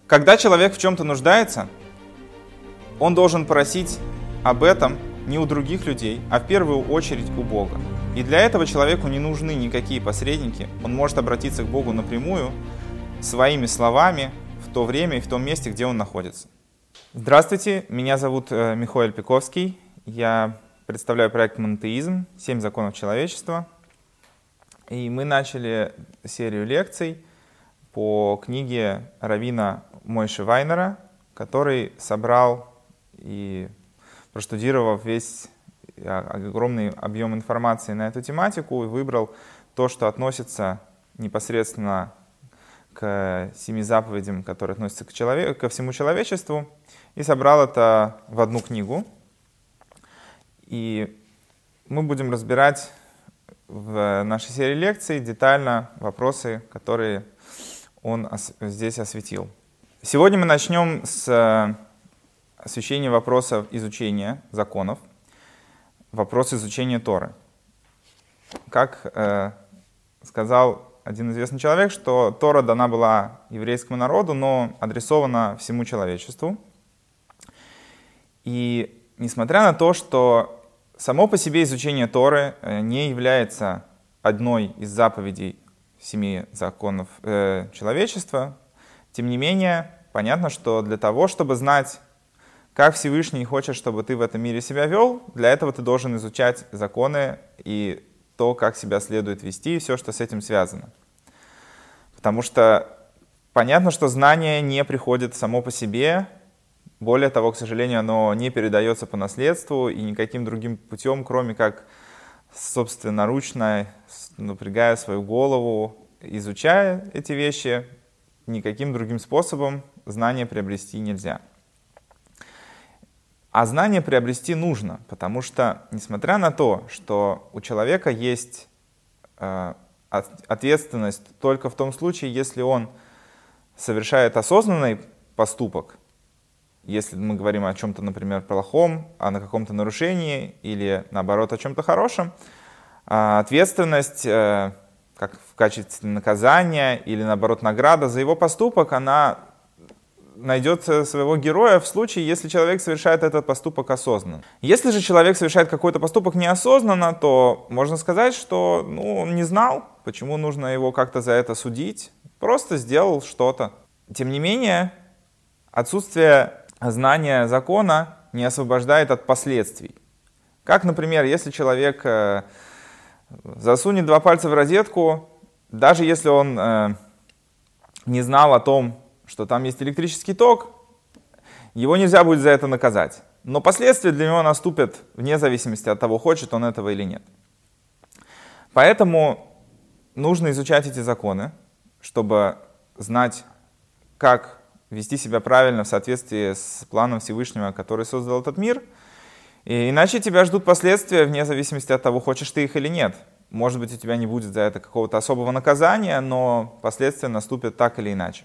Когда человек в чем-то нуждается, он должен просить об этом не у других людей, а в первую очередь у Бога. И для этого человеку не нужны никакие посредники. Он может обратиться к Богу напрямую, своими словами, в то время и в том месте, где он находится. Здравствуйте, меня зовут Михаил Пиковский. Я представляю проект «Монотеизм. 7 законов человечества». И мы начали серию лекций по книге раввина Мойши Вайнера, который собрал и проштудировав весь огромный объем информации на эту тематику, и выбрал то, что относится непосредственно к 7 заповедям, которые относятся ко всему человечеству, и собрал это в одну книгу. И мы будем разбирать в нашей серии лекций детально вопросы, которые он здесь осветил. Сегодня мы начнем с освещения вопросов изучения законов, вопрос изучения Торы. Как сказал один известный человек, что Тора дана была еврейскому народу, но адресована всему человечеству. И несмотря на то, что само по себе изучение Торы не является одной из заповедей 7 законов человечества, тем не менее, понятно, что для того, чтобы знать, как Всевышний хочет, чтобы ты в этом мире себя вел, для этого ты должен изучать законы и то, как себя следует вести, и все, что с этим связано. Потому что понятно, что знание не приходит само по себе. Более того, к сожалению, оно не передается по наследству и никаким другим путем, кроме как собственноручно, напрягая свою голову, изучая эти вещи, никаким другим способом знания приобрести нельзя. А знание приобрести нужно, потому что, несмотря на то, что у человека есть ответственность только в том случае, если он совершает осознанный поступок, если мы говорим о чем-то, например, плохом, о каком-то нарушении или, наоборот, о чем-то хорошем, ответственность, как в качестве наказания или, наоборот, награда за его поступок, она найдет своего героя в случае, если человек совершает этот поступок осознанно. Если же человек совершает какой-то поступок неосознанно, то можно сказать, что он не знал, почему нужно его как-то за это судить, просто сделал что-то. Тем не менее, отсутствие знания закона не освобождает от последствий. Как, например, если человек засунет 2 пальца в розетку, даже если он не знал о том, что там есть электрический ток, его нельзя будет за это наказать. Но последствия для него наступят вне зависимости от того, хочет он этого или нет. Поэтому нужно изучать эти законы, чтобы знать, как вести себя правильно в соответствии с планом Всевышнего, который создал этот мир. И иначе тебя ждут последствия вне зависимости от того, хочешь ты их или нет. Может быть, у тебя не будет за это какого-то особого наказания, но последствия наступят так или иначе.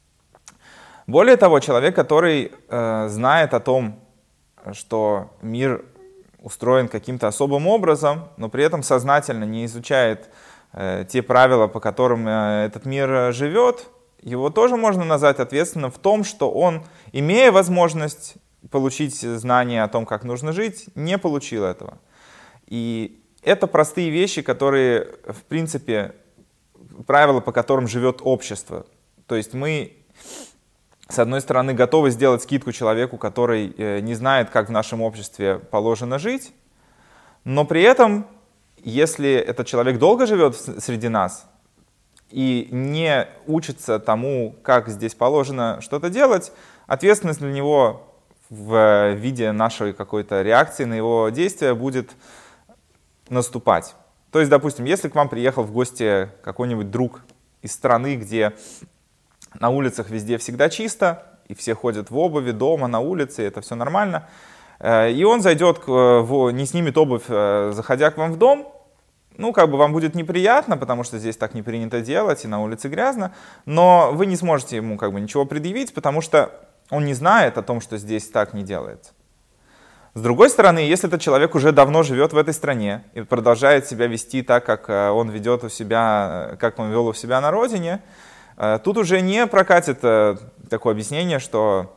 Более того, человек, который знает о том, что мир устроен каким-то особым образом, но при этом сознательно не изучает те правила, по которым этот мир живет, его тоже можно назвать ответственным в том, что он, имея возможность получить знания о том, как нужно жить, не получил этого. И это простые вещи, которые, в принципе, правила, по которым живет общество. То есть мы, с одной стороны, готовы сделать скидку человеку, который не знает, как в нашем обществе положено жить, но при этом, если этот человек долго живет среди нас и не учится тому, как здесь положено что-то делать, ответственность для него в виде нашей какой-то реакции на его действия будет наступать. То есть, допустим, если к вам приехал в гости какой-нибудь друг из страны, где на улицах везде всегда чисто, и все ходят в обуви, дома, на улице, это все нормально. И он зайдет, не снимет обувь, заходя к вам в дом, вам будет неприятно, потому что здесь так не принято делать, и на улице грязно, но вы не сможете ему ничего предъявить, потому что он не знает о том, что здесь так не делается. С другой стороны, если этот человек уже давно живет в этой стране и продолжает себя вести так, как он ведет у себя, как он вел у себя на родине, Тут уже не прокатит такое объяснение, что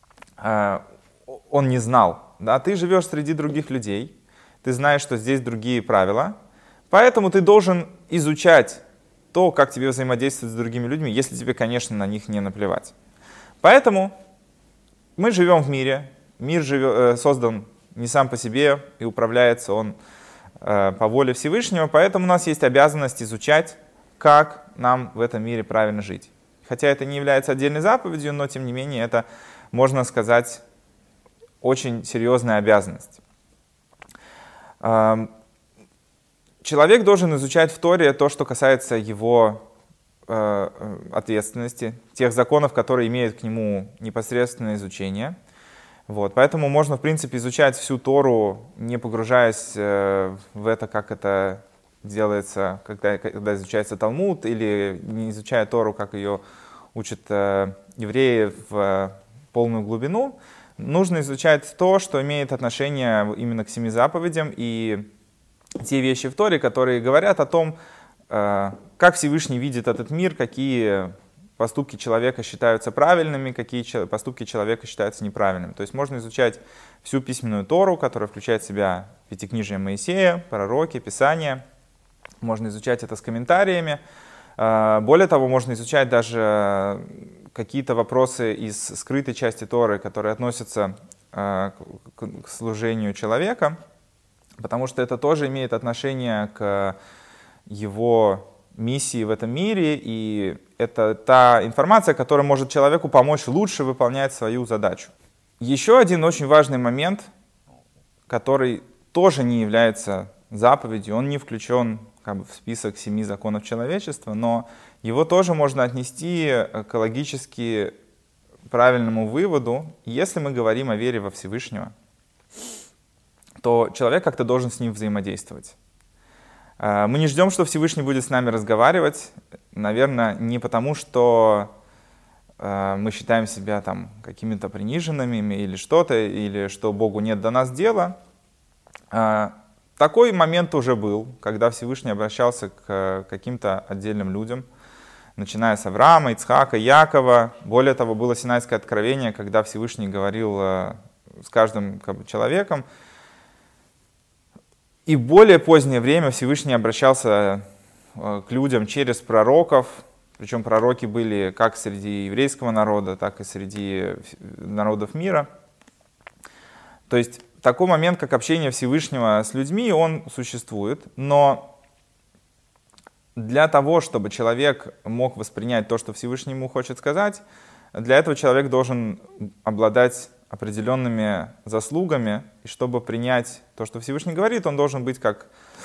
он не знал. Да? Ты живешь среди других людей, ты знаешь, что здесь другие правила, поэтому ты должен изучать то, как тебе взаимодействовать с другими людьми, если тебе, конечно, на них не наплевать. Поэтому мы живем в мире, мир создан не сам по себе и управляется он по воле Всевышнего, поэтому у нас есть обязанность изучать, как нам в этом мире правильно жить. Хотя это не является отдельной заповедью, но тем не менее это, можно сказать, очень серьезная обязанность. Человек должен изучать в Торе то, что касается его ответственности, тех законов, которые имеют к нему непосредственное изучение. Вот. Поэтому можно, в принципе, изучать всю Тору, не погружаясь в это, как это делается, когда изучается Талмуд, или не изучая Тору, как ее учат евреи в полную глубину. Нужно изучать то, что имеет отношение именно к 7 заповедям и те вещи в Торе, которые говорят о том, как Всевышний видит этот мир, какие поступки человека считаются правильными, какие поступки человека считаются неправильными. То есть можно изучать всю письменную Тору, которая включает в себя Пятикнижие Моисея, пророки, Писания. Можно изучать это с комментариями. Более того, можно изучать даже какие-то вопросы из скрытой части Торы, которые относятся к служению человека, потому что это тоже имеет отношение к его миссии в этом мире, и это та информация, которая может человеку помочь лучше выполнять свою задачу. Еще один очень важный момент, который тоже не является заповедью, он не включен в список 7 законов человечества, но его тоже можно отнести к логически правильному выводу. Если мы говорим о вере во Всевышнего, то человек как-то должен с ним взаимодействовать. Мы не ждем, что Всевышний будет с нами разговаривать, наверное, не потому, что мы считаем себя там какими-то приниженными или что-то, или что Богу нет до нас дела. Такой момент уже был, когда Всевышний обращался к каким-то отдельным людям, начиная с Авраама, Ицхака, Якова. Более того, было Синайское откровение, когда Всевышний говорил с каждым человеком. И в более позднее время Всевышний обращался к людям через пророков, причем пророки были как среди еврейского народа, так и среди народов мира. То есть такой момент, как общение Всевышнего с людьми, он существует, но для того, чтобы человек мог воспринять то, что Всевышний ему хочет сказать, для этого человек должен обладать определенными заслугами, и чтобы принять то, что Всевышний говорит, он должен быть как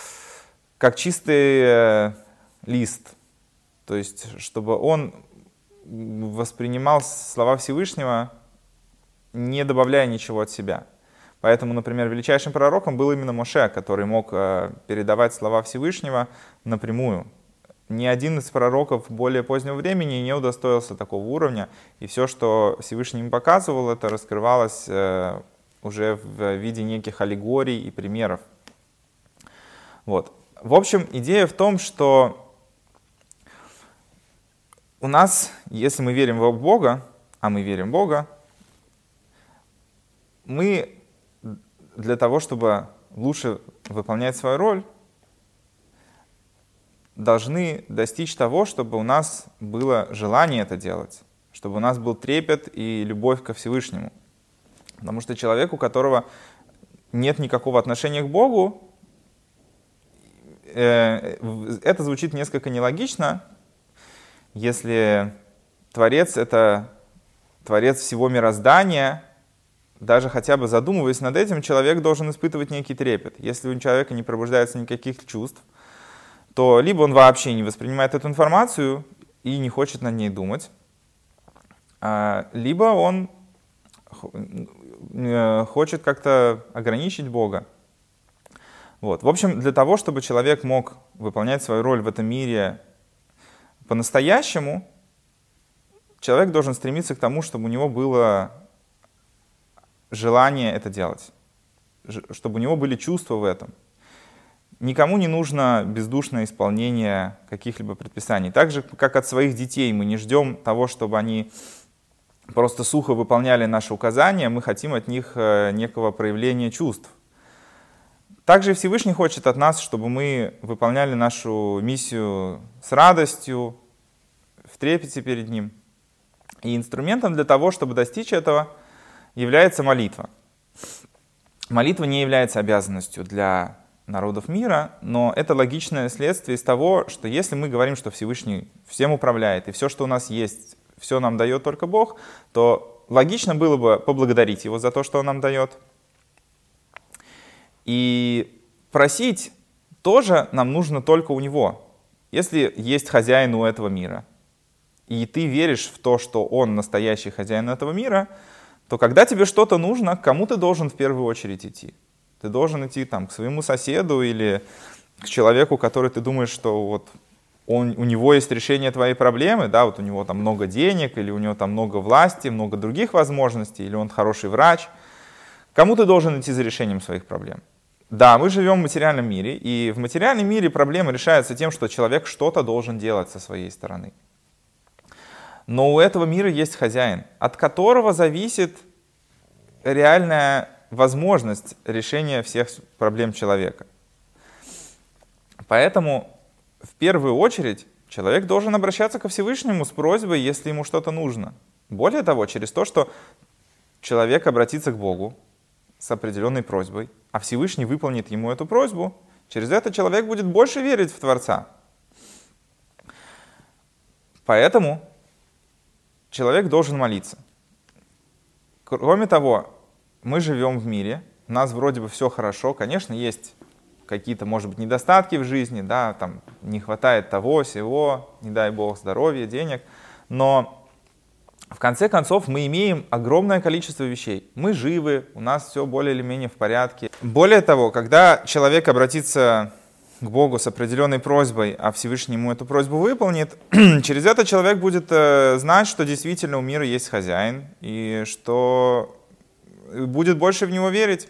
чистый лист, то есть чтобы он воспринимал слова Всевышнего, не добавляя ничего от себя. Поэтому, например, величайшим пророком был именно Моше, который мог передавать слова Всевышнего напрямую. Ни один из пророков более позднего времени не удостоился такого уровня, и все, что Всевышний им показывал, это раскрывалось уже в виде неких аллегорий и примеров. Вот. В общем, идея в том, что у нас, если мы верим в Бога, а мы верим в Бога, мы для того, чтобы лучше выполнять свою роль, должны достичь того, чтобы у нас было желание это делать, чтобы у нас был трепет и любовь ко Всевышнему. Потому что человек, у которого нет никакого отношения к Богу, это звучит несколько нелогично, если Творец — это Творец всего мироздания. Даже хотя бы задумываясь над этим, человек должен испытывать некий трепет. Если у человека не пробуждается никаких чувств, то либо он вообще не воспринимает эту информацию и не хочет над ней думать, либо он хочет как-то ограничить Бога. Вот. В общем, для того, чтобы человек мог выполнять свою роль в этом мире по-настоящему, человек должен стремиться к тому, чтобы у него было желание это делать, чтобы у него были чувства в этом. Никому не нужно бездушное исполнение каких-либо предписаний. Так же, как от своих детей мы не ждем того, чтобы они просто сухо выполняли наши указания, мы хотим от них некого проявления чувств. Также Всевышний хочет от нас, чтобы мы выполняли нашу миссию с радостью, в трепете перед Ним. И инструментом для того, чтобы достичь этого, является молитва. Молитва не является обязанностью для народов мира, но это логичное следствие из того, что если мы говорим, что Всевышний всем управляет, и все, что у нас есть, все нам дает только Бог, то логично было бы поблагодарить Его за то, что Он нам дает. И просить тоже нам нужно только у Него. Если есть хозяин у этого мира, и ты веришь в то, что Он настоящий хозяин этого мира, то когда тебе что-то нужно, к кому ты должен в первую очередь идти? Ты должен идти к своему соседу или к человеку, который ты думаешь, что вот у него есть решение твоей проблемы, да, вот у него там много денег, или у него там много власти, много других возможностей, или он хороший врач. Кому ты должен идти за решением своих проблем? Да, мы живем в материальном мире, и в материальном мире проблемы решаются тем, что человек что-то должен делать со своей стороны. Но у этого мира есть хозяин, от которого зависит реальная возможность решения всех проблем человека. Поэтому в первую очередь человек должен обращаться ко Всевышнему с просьбой, если ему что-то нужно. Более того, через то, что человек обратится к Богу с определенной просьбой, а Всевышний выполнит ему эту просьбу, через это человек будет больше верить в Творца. Поэтому человек должен молиться. Кроме того, мы живем в мире, у нас вроде бы все хорошо, конечно, есть какие-то, может быть, недостатки в жизни, да, там не хватает того, сего, не дай Бог, здоровья, денег, но в конце концов мы имеем огромное количество вещей. Мы живы, у нас все более или менее в порядке. Более того, когда человек обратится к Богу с определенной просьбой, а Всевышний ему эту просьбу выполнит, через это человек будет знать, что действительно у мира есть хозяин, и что будет больше в него верить.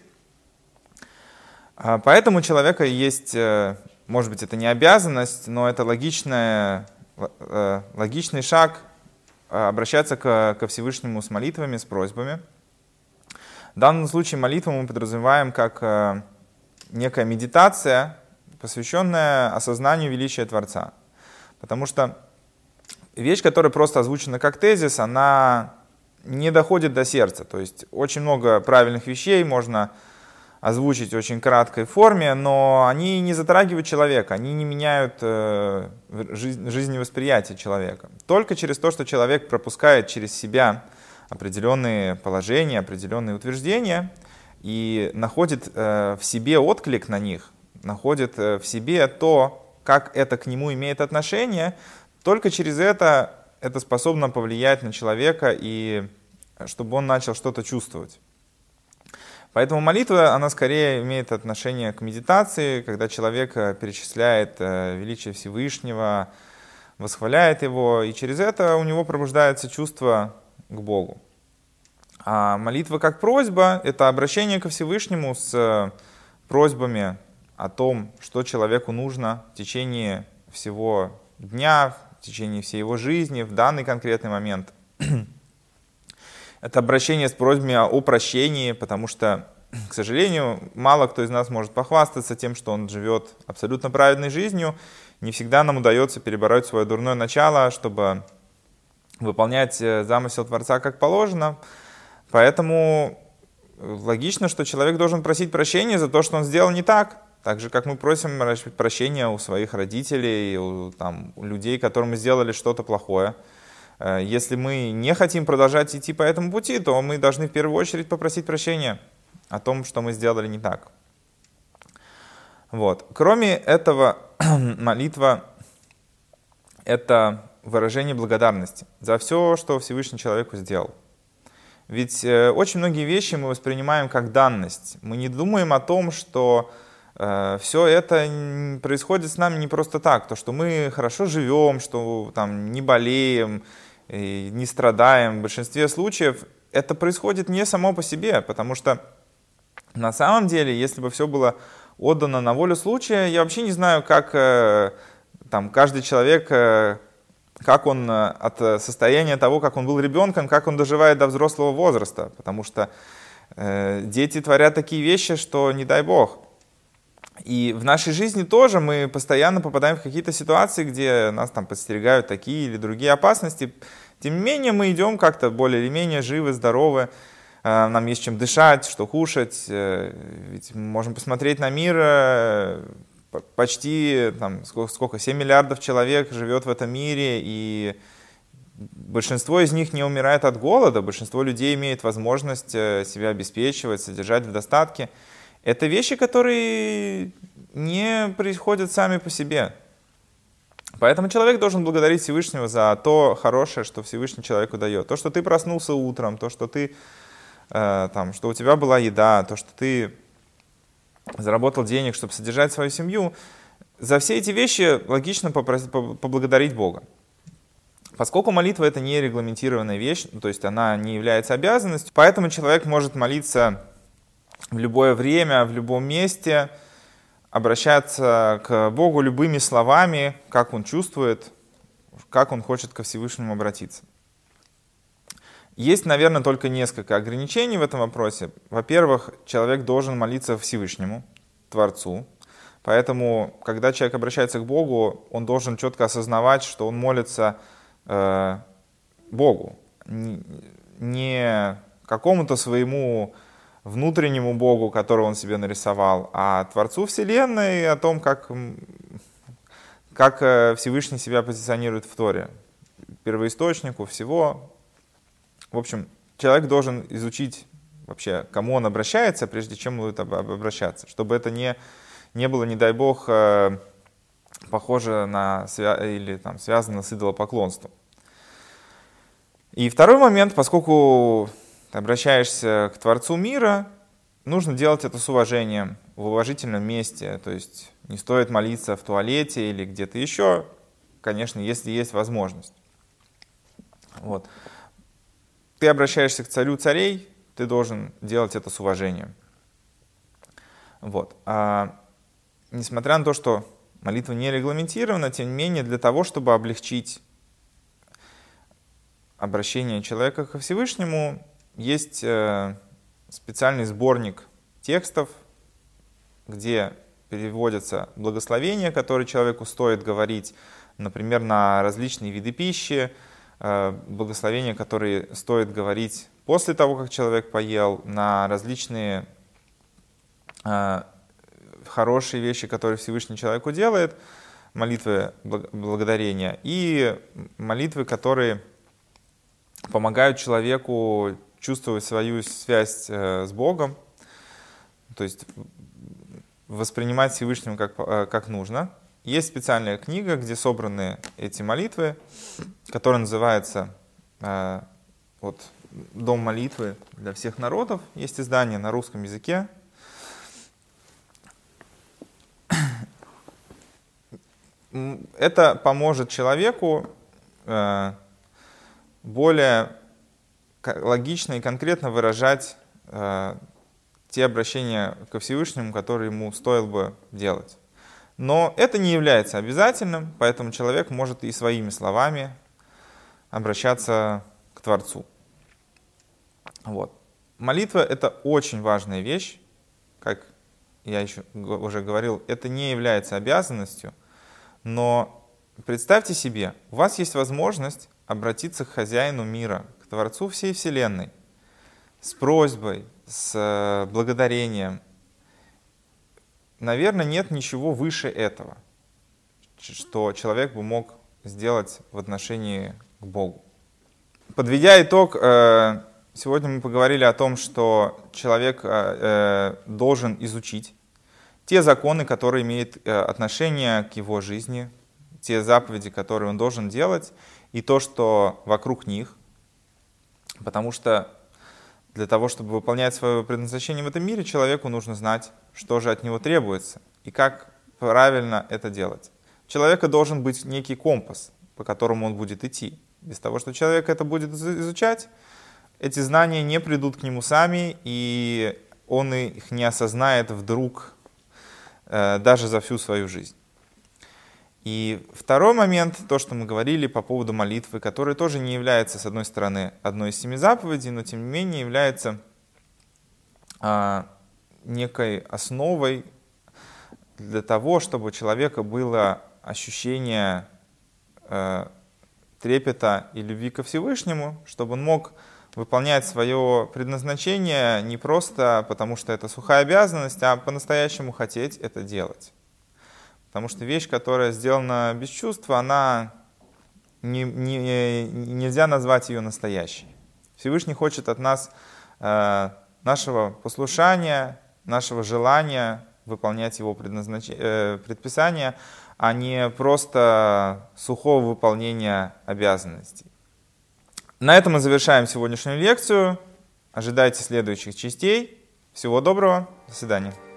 Поэтому у человека есть, может быть, это не обязанность, но это логичный шаг обращаться ко Всевышнему с молитвами, с просьбами. В данном случае молитву мы подразумеваем как некая медитация, посвященная осознанию величия Творца. Потому что вещь, которая просто озвучена как тезис, она не доходит до сердца. То есть очень много правильных вещей можно озвучить в очень краткой форме, но они не затрагивают человека, они не меняют жизневосприятие человека. Только через то, что человек пропускает через себя определенные положения, определенные утверждения и находит в себе отклик на них, находит в себе то, как это к нему имеет отношение, только через это способно повлиять на человека, и чтобы он начал что-то чувствовать. Поэтому молитва, она скорее имеет отношение к медитации, когда человек перечисляет величие Всевышнего, восхваляет Его, и через это у него пробуждается чувство к Богу. А молитва как просьба — это обращение ко Всевышнему с просьбами о том, что человеку нужно в течение всего дня, в течение всей его жизни, в данный конкретный момент. Это обращение с просьбами о прощении, потому что, к сожалению, мало кто из нас может похвастаться тем, что он живет абсолютно праведной жизнью. Не всегда нам удается перебороть свое дурное начало, чтобы выполнять замысел Творца как положено. Поэтому логично, что человек должен просить прощения за то, что он сделал не так. Так же, как мы просим прощения у своих родителей, у людей, которым мы сделали что-то плохое. Если мы не хотим продолжать идти по этому пути, то мы должны в первую очередь попросить прощения о том, что мы сделали не так. Вот. Кроме этого, молитва — это выражение благодарности за все, что Всевышний человеку сделал. Ведь очень многие вещи мы воспринимаем как данность. Мы не думаем о том, что все это происходит с нами не просто так. То, что мы хорошо живем, что не болеем, не страдаем. В большинстве случаев это происходит не само по себе, потому что на самом деле, если бы все было отдано на волю случая. Я вообще не знаю, как там каждый человек, как он от состояния того, как он был ребенком, как он доживает до взрослого возраста. Потому что дети творят такие вещи, что не дай бог. И в нашей жизни тоже мы постоянно попадаем в какие-то ситуации, где нас там подстерегают такие или другие опасности. Тем не менее, мы идем как-то более или менее живы, здоровы. Нам есть чем дышать, что кушать. Ведь мы можем посмотреть на мир. Почти там, сколько, 7 миллиардов человек живет в этом мире, и большинство из них не умирает от голода. Большинство людей имеет возможность себя обеспечивать, содержать в достатке. Это вещи, которые не происходят сами по себе. Поэтому человек должен благодарить Всевышнего за то хорошее, что Всевышний человеку дает. То, что ты проснулся утром, то, что что у тебя была еда, то, что ты заработал денег, чтобы содержать свою семью. За все эти вещи логично поблагодарить Бога. Поскольку молитва — это не регламентированная вещь, то есть она не является обязанностью, поэтому человек может молиться в любое время, в любом месте, обращаться к Богу любыми словами, как он чувствует, как он хочет ко Всевышнему обратиться. Есть, наверное, только несколько ограничений в этом вопросе. Во-первых, человек должен молиться Всевышнему, Творцу. Поэтому, когда человек обращается к Богу, он должен четко осознавать, что он молится Богу, не какому-то своему внутреннему Богу, которого он себе нарисовал, а Творцу Вселенной, о том, как Всевышний себя позиционирует в Торе, первоисточнику всего. В общем, человек должен изучить вообще, к кому он обращается, прежде чем будет обращаться, чтобы это не было, не дай бог, похоже на или там, связано с идолопоклонством. И второй момент, поскольку ты обращаешься к Творцу мира, нужно делать это с уважением, в уважительном месте. То есть не стоит молиться в туалете или где-то еще, конечно, если есть возможность. Вот. Ты обращаешься к царю царей, ты должен делать это с уважением. Вот. Несмотря на то, что молитва не регламентирована, тем не менее, для того, чтобы облегчить обращение человека ко Всевышнему, есть специальный сборник текстов, где переводятся благословения, которые человеку стоит говорить, например, на различные виды пищи, благословения, которые стоит говорить после того, как человек поел, на различные хорошие вещи, которые Всевышний человеку делает, молитвы благодарения и молитвы, которые помогают человеку чувствовать свою связь с Богом, то есть воспринимать Всевышнего как нужно. Есть специальная книга, где собраны эти молитвы, которая называется «Дом молитвы для всех народов». Есть издание на русском языке. Это поможет человеку более логично и конкретно выражать те обращения ко Всевышнему, которые ему стоило бы делать. Но это не является обязательным, поэтому человек может и своими словами обращаться к Творцу. Вот. Молитва — это очень важная вещь, как я уже говорил, это не является обязанностью, но представьте себе, у вас есть возможность обратиться к хозяину мира, к Творцу всей Вселенной, с просьбой, с благодарением. Наверное, нет ничего выше этого, что человек бы мог сделать в отношении к Богу. Подведя итог, сегодня мы поговорили о том, что человек должен изучить те законы, которые имеют отношение к его жизни, те заповеди, которые он должен делать, и то, что вокруг них. Потому что для того, чтобы выполнять свое предназначение в этом мире, человеку нужно знать, что же от него требуется и как правильно это делать. У человека должен быть некий компас, по которому он будет идти. Без того, что человек это будет изучать, эти знания не придут к нему сами, и он их не осознает вдруг даже за всю свою жизнь. И второй момент, то, что мы говорили по поводу молитвы, которая тоже не является, с одной стороны, одной из 7 заповедей, но тем не менее является некой основой для того, чтобы у человека было ощущение трепета и любви ко Всевышнему, чтобы он мог выполнять свое предназначение не просто потому, что это сухая обязанность, а по-настоящему хотеть это делать. Потому что вещь, которая сделана без чувства, она нельзя назвать ее настоящей. Всевышний хочет от нас нашего послушания, нашего желания выполнять его предписания, а не просто сухого выполнения обязанностей. На этом мы завершаем сегодняшнюю лекцию. Ожидайте следующих частей. Всего доброго. До свидания.